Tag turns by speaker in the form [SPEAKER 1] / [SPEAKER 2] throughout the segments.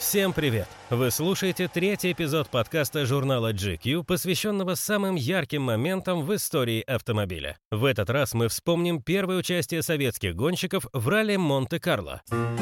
[SPEAKER 1] Всем привет! Вы слушаете третий эпизод подкаста журнала GQ, посвященного самым ярким моментам в истории автомобиля. В этот раз мы вспомним первое участие советских гонщиков в ралли Монте-Карло.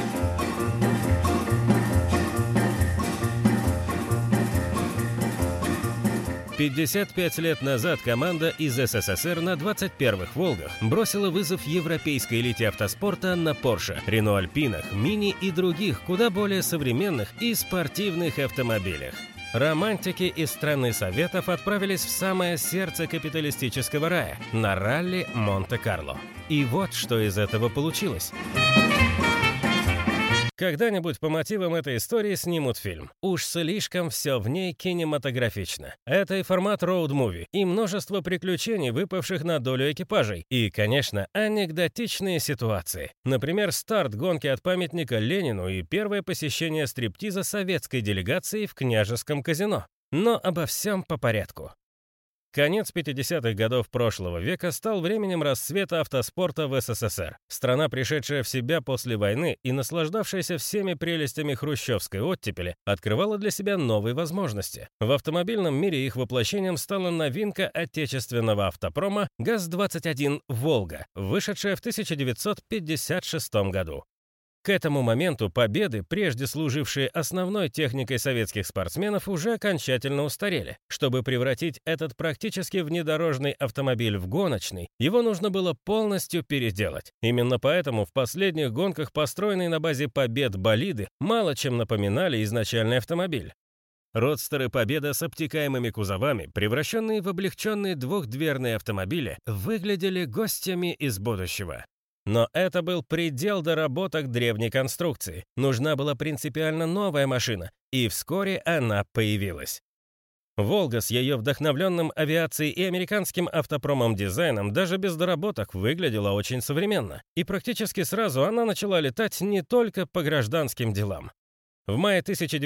[SPEAKER 1] 55 лет назад команда из СССР на 21-х «Волгах» бросила вызов европейской элите автоспорта на Porsche, Renault Alpine, Mini и других, куда более современных и спортивных автомобилях. Романтики из страны Советов отправились в самое сердце капиталистического рая – на ралли Монте-Карло. И вот что из этого получилось. Когда-нибудь по мотивам этой истории снимут фильм. Уж слишком все в ней кинематографично. Это и формат роуд-муви, и множество приключений, выпавших на долю экипажей. И, конечно, анекдотичные ситуации. Например, старт гонки от памятника Ленину и первое посещение стриптиза советской делегации в княжеском казино. Но обо всем по порядку. Конец 50-х годов прошлого века стал временем расцвета автоспорта в СССР. Страна, пришедшая в себя после войны и наслаждавшаяся всеми прелестями хрущевской оттепели, открывала для себя новые возможности. В автомобильном мире их воплощением стала новинка отечественного автопрома ГАЗ-21 «Волга», вышедшая в 1956 году. К этому моменту победы, прежде служившие основной техникой советских спортсменов, уже окончательно устарели. Чтобы превратить этот практически внедорожный автомобиль в гоночный, его нужно было полностью переделать. Именно поэтому в последних гонках, построенные на базе Побед болиды, мало чем напоминали изначальный автомобиль. Родстеры Победа с обтекаемыми кузовами, превращенные в облегченные двухдверные автомобили, выглядели гостями из будущего. Но это был предел доработок древней конструкции. Нужна была принципиально новая машина, и вскоре она появилась. «Волга» с ее вдохновленным авиацией и американским автопромом дизайном даже без доработок выглядела очень современно. И практически сразу она начала летать не только по гражданским делам. В мае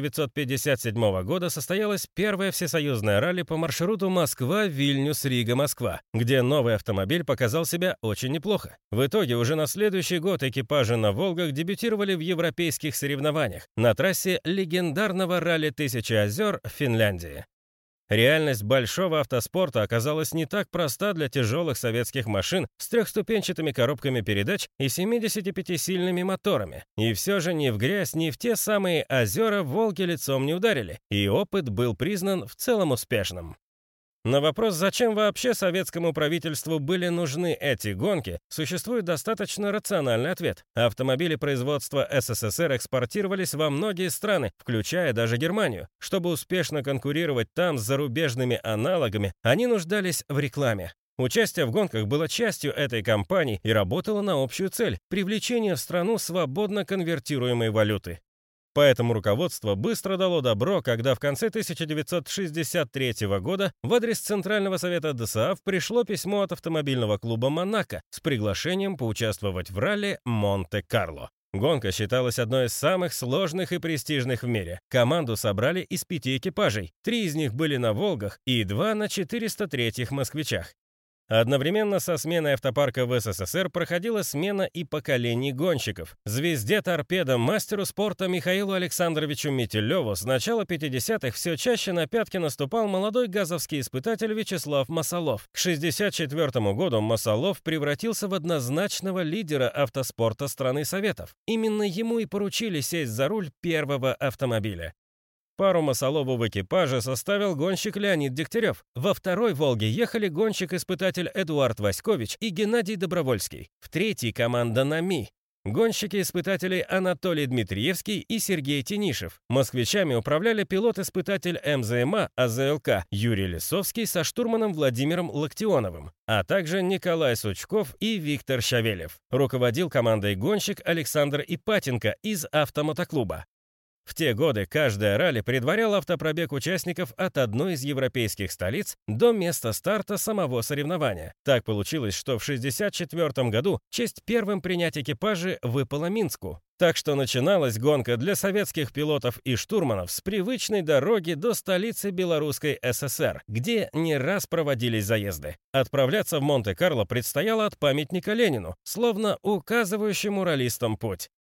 [SPEAKER 1] 1957 года состоялось первое всесоюзное ралли по маршруту Москва-Вильнюс-Рига-Москва, где новый автомобиль показал себя очень неплохо. В итоге уже на следующий год экипажи на «Волгах» дебютировали в европейских соревнованиях на трассе легендарного ралли «Тысячи озер» в Финляндии. Реальность большого автоспорта оказалась не так проста для тяжелых советских машин с трехступенчатыми коробками передач и 75-сильными моторами. И все же ни в грязь, ни в те самые озера «Волги» лицом не ударили, и опыт был признан в целом успешным. На вопрос, зачем вообще советскому правительству были нужны эти гонки, существует достаточно рациональный ответ. Автомобили производства СССР экспортировались во многие страны, включая даже Германию. Чтобы успешно конкурировать там с зарубежными аналогами, они нуждались в рекламе. Участие в гонках было частью этой кампании и работало на общую цель – привлечение в страну свободно конвертируемой валюты. Поэтому руководство быстро дало добро, когда в конце 1963 года в адрес Центрального совета ДСААФ пришло письмо от автомобильного клуба «Монако» с приглашением поучаствовать в ралли Монте-Карло. Гонка считалась одной из самых сложных и престижных в мире. Команду собрали из 5 экипажей, 3 из них были на «Волгах» и 2 на 403-х «Москвичах». Одновременно со сменой автопарка в СССР проходила смена и поколений гонщиков. Звезде торпеда, мастеру спорта Михаилу Александровичу Метелеву с начала 50-х все чаще на пятки наступал молодой газовский испытатель Вячеслав Масолов. К 1964 году Масолов превратился в однозначного лидера автоспорта страны Советов. Именно ему и поручили сесть за руль первого автомобиля. Пару Масолову в экипаже составил гонщик Леонид Дегтярев. Во второй «Волге» ехали гонщик-испытатель Эдуард Васькович и Геннадий Добровольский. В третьей команда «НАМИ». Гонщики-испытатели Анатолий Дмитриевский и Сергей Тенишев. Москвичами управляли пилот-испытатель МЗМА АЗЛК Юрий Лисовский со штурманом Владимиром Локтионовым, а также Николай Сучков и Виктор Щавелев. Руководил командой гонщик Александр Ипатенко из автомотоклуба. В те годы каждое ралли предваряло автопробег участников от одной из европейских столиц до места старта самого соревнования. Так получилось, что в 1964 году честь первым принять экипажи выпала Минску. Так что начиналась гонка для советских пилотов и штурманов с привычной дороги до столицы Белорусской ССР, где не раз проводились заезды. Отправляться в Монте-Карло предстояло от памятника Ленину, словно указывающему раллистам путь.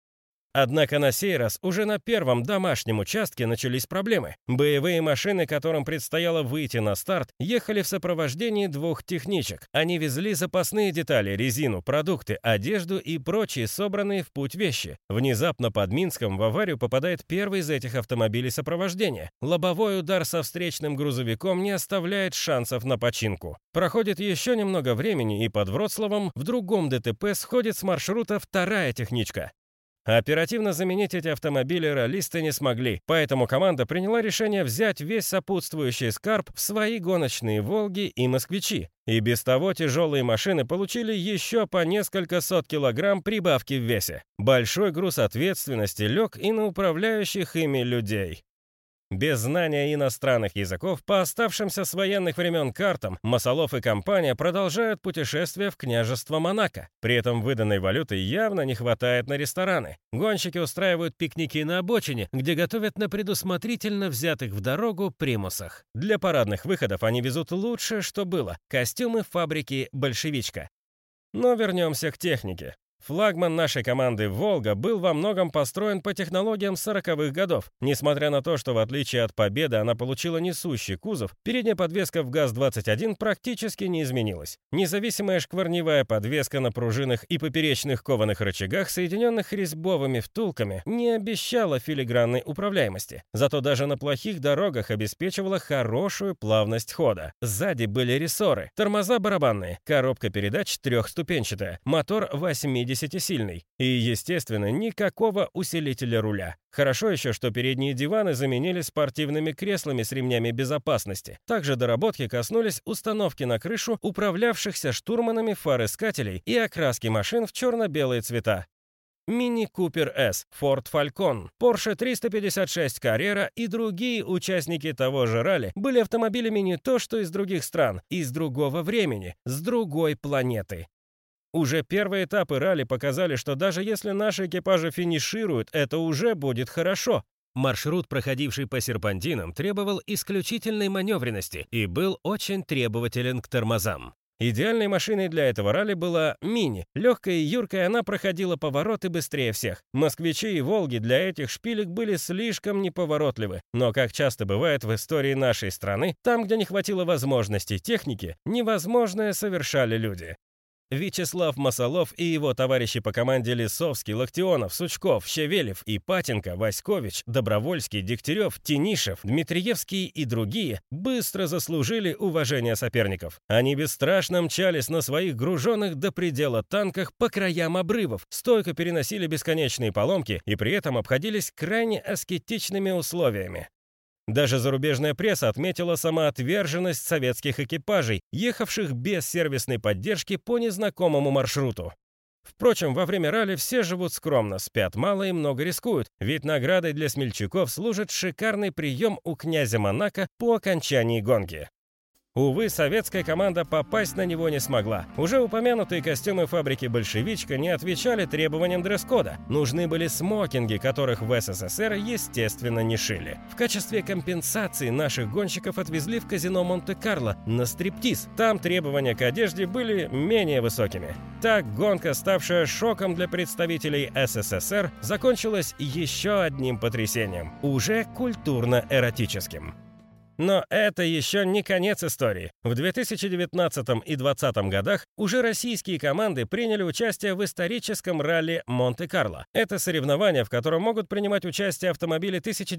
[SPEAKER 1] Однако на сей раз уже на первом домашнем участке начались проблемы. Боевые машины, которым предстояло выйти на старт, ехали в сопровождении двух техничек. Они везли запасные детали, резину, продукты, одежду и прочие собранные в путь вещи. Внезапно под Минском в аварию попадает первый из этих автомобилей сопровождения. Лобовой удар со встречным грузовиком не оставляет шансов на починку. Проходит еще немного времени, и под Вроцлавом в другом ДТП сходит с маршрута вторая техничка. Оперативно заменить эти автомобили раллисты не смогли, поэтому команда приняла решение взять весь сопутствующий скарб в свои гоночные «Волги» и «Москвичи». И без того тяжелые машины получили еще по несколько сот килограмм прибавки в весе. Большой груз ответственности лег и на управляющих ими людей. Без знания иностранных языков по оставшимся с военных времен картам Масолов и компания продолжают путешествие в княжество Монако. При этом выданной валюты явно не хватает на рестораны. Гонщики устраивают пикники на обочине, где готовят на предусмотрительно взятых в дорогу примусах. Для парадных выходов они везут лучшее, что было – костюмы фабрики «Большевичка». Но вернемся к технике. Флагман нашей команды «Волга» был во многом построен по технологиям 40-х годов. Несмотря на то, что в отличие от «Победы» она получила несущий кузов, передняя подвеска в ГАЗ-21 практически не изменилась. Независимая шкварневая подвеска на пружинах и поперечных кованых рычагах, соединенных резьбовыми втулками, не обещала филигранной управляемости. Зато даже на плохих дорогах обеспечивала хорошую плавность хода. Сзади были рессоры, тормоза барабанные, коробка передач трехступенчатая, мотор 80-сильный и, естественно, никакого усилителя руля. Хорошо еще, что передние диваны заменили спортивными креслами с ремнями безопасности. Также доработки коснулись установки на крышу управлявшихся штурманами фар-искателей и окраски машин в черно-белые цвета. Мини Купер С, Форд Фалькон, Porsche 356 Carrera и другие участники того же ралли были автомобилями не то что из других стран, из другого времени, с другой планеты. Уже первые этапы ралли показали, что даже если наши экипажи финишируют, это уже будет хорошо. Маршрут, проходивший по серпантинам, требовал исключительной маневренности и был очень требователен к тормозам. Идеальной машиной для этого ралли была «Мини». Легкая и юркая, она проходила повороты быстрее всех. «Москвичи» и «Волги» для этих шпилек были слишком неповоротливы. Но, как часто бывает в истории нашей страны, там, где не хватило возможностей техники, невозможное совершали люди. Вячеслав Масолов и его товарищи по команде Лисовский, Локтионов, Сучков, Щавелев и Патенко, Васькович, Добровольский, Дегтярев, Тинишев, Дмитриевский и другие быстро заслужили уважение соперников. Они бесстрашно мчались на своих груженных до предела танках по краям обрывов, стойко переносили бесконечные поломки и при этом обходились крайне аскетичными условиями. Даже зарубежная пресса отметила самоотверженность советских экипажей, ехавших без сервисной поддержки по незнакомому маршруту. Впрочем, во время ралли все живут скромно, спят мало и много рискуют, ведь наградой для смельчаков служит шикарный прием у князя Монако по окончании гонки. Увы, советская команда попасть на него не смогла. Уже упомянутые костюмы фабрики «Большевичка» не отвечали требованиям дресс-кода. Нужны были смокинги, которых в СССР, естественно, не шили. В качестве компенсации наших гонщиков отвезли в казино Монте-Карло на стриптиз. Там требования к одежде были менее высокими. Так, гонка, ставшая шоком для представителей СССР, закончилась еще одним потрясением, уже культурно-эротическим. Но это еще не конец истории. В 2019 и 2020 годах уже российские команды приняли участие в историческом ралли Монте-Карло. Это соревнование, в котором могут принимать участие автомобили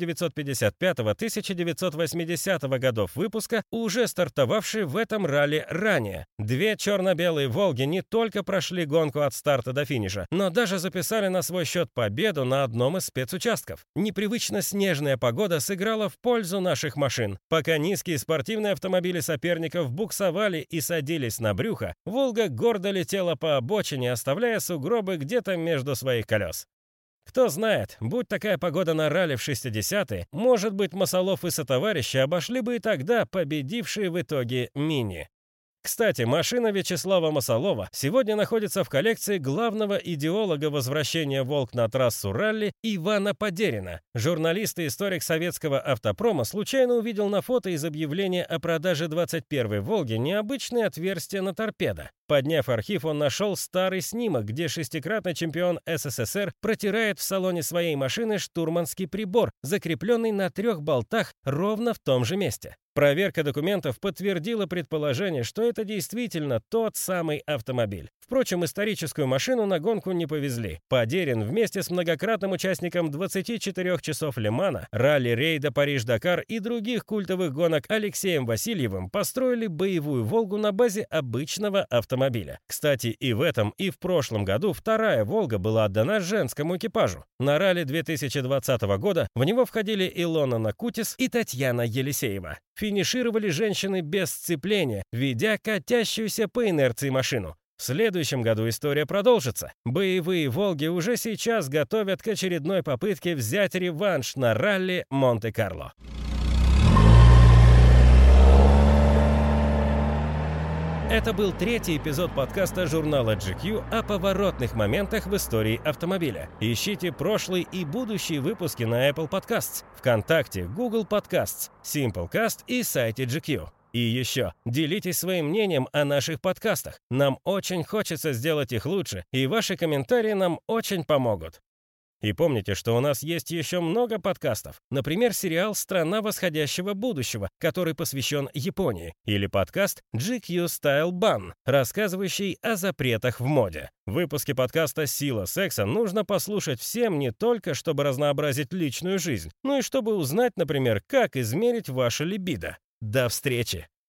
[SPEAKER 1] 1955-1980 годов выпуска, уже стартовавшие в этом ралли ранее. Две черно-белые «Волги» не только прошли гонку от старта до финиша, но даже записали на свой счет победу на одном из спецучастков. Непривычно снежная погода сыграла в пользу наших машин. Пока низкие спортивные автомобили соперников буксовали и садились на брюхо, «Волга» гордо летела по обочине, оставляя сугробы где-то между своих колес. Кто знает, будь такая погода на ралли в 60-е, может быть, Масолов и сотоварищи обошли бы и тогда победившие в итоге «Мини». Кстати, машина Вячеслава Масалова сегодня находится в коллекции главного идеолога возвращения «Волк» на трассу ралли Ивана Подерина. Журналист и историк советского автопрома случайно увидел на фото из объявления о продаже 21-й «Волги» необычные отверстия на торпедо. Подняв архив, он нашел старый снимок, где шестикратный чемпион СССР протирает в салоне своей машины штурманский прибор, закрепленный на 3 болтах ровно в том же месте. Проверка документов подтвердила предположение, что это действительно тот самый автомобиль. Впрочем, историческую машину на гонку не повезли. Подерин вместе с многократным участником 24 часов Ле-Мана, ралли-рейда Париж-Дакар и других культовых гонок Алексеем Васильевым построили боевую «Волгу» на базе обычного автомобиля. Кстати, и в этом, и в прошлом году вторая «Волга» была отдана женскому экипажу. На ралли 2020 года в него входили Илона Накутис и Татьяна Елисеева. Финишировали женщины без сцепления, ведя катящуюся по инерции машину. В следующем году история продолжится. Боевые «Волги» уже сейчас готовят к очередной попытке взять реванш на ралли Монте-Карло. Это был 3-й эпизод подкаста журнала GQ о поворотных моментах в истории автомобиля. Ищите прошлый и будущие выпуски на Apple Podcasts, ВКонтакте, Google Podcasts, Simplecast и сайте GQ. И еще, делитесь своим мнением о наших подкастах. Нам очень хочется сделать их лучше, и ваши комментарии нам очень помогут. И помните, что у нас есть еще много подкастов. Например, сериал «Страна восходящего будущего», который посвящен Японии. Или подкаст GQ Style Ban, рассказывающий о запретах в моде. Выпуски подкаста «Сила секса» нужно послушать всем не только, чтобы разнообразить личную жизнь, но и чтобы узнать, например, как измерить ваше либидо. До встречи!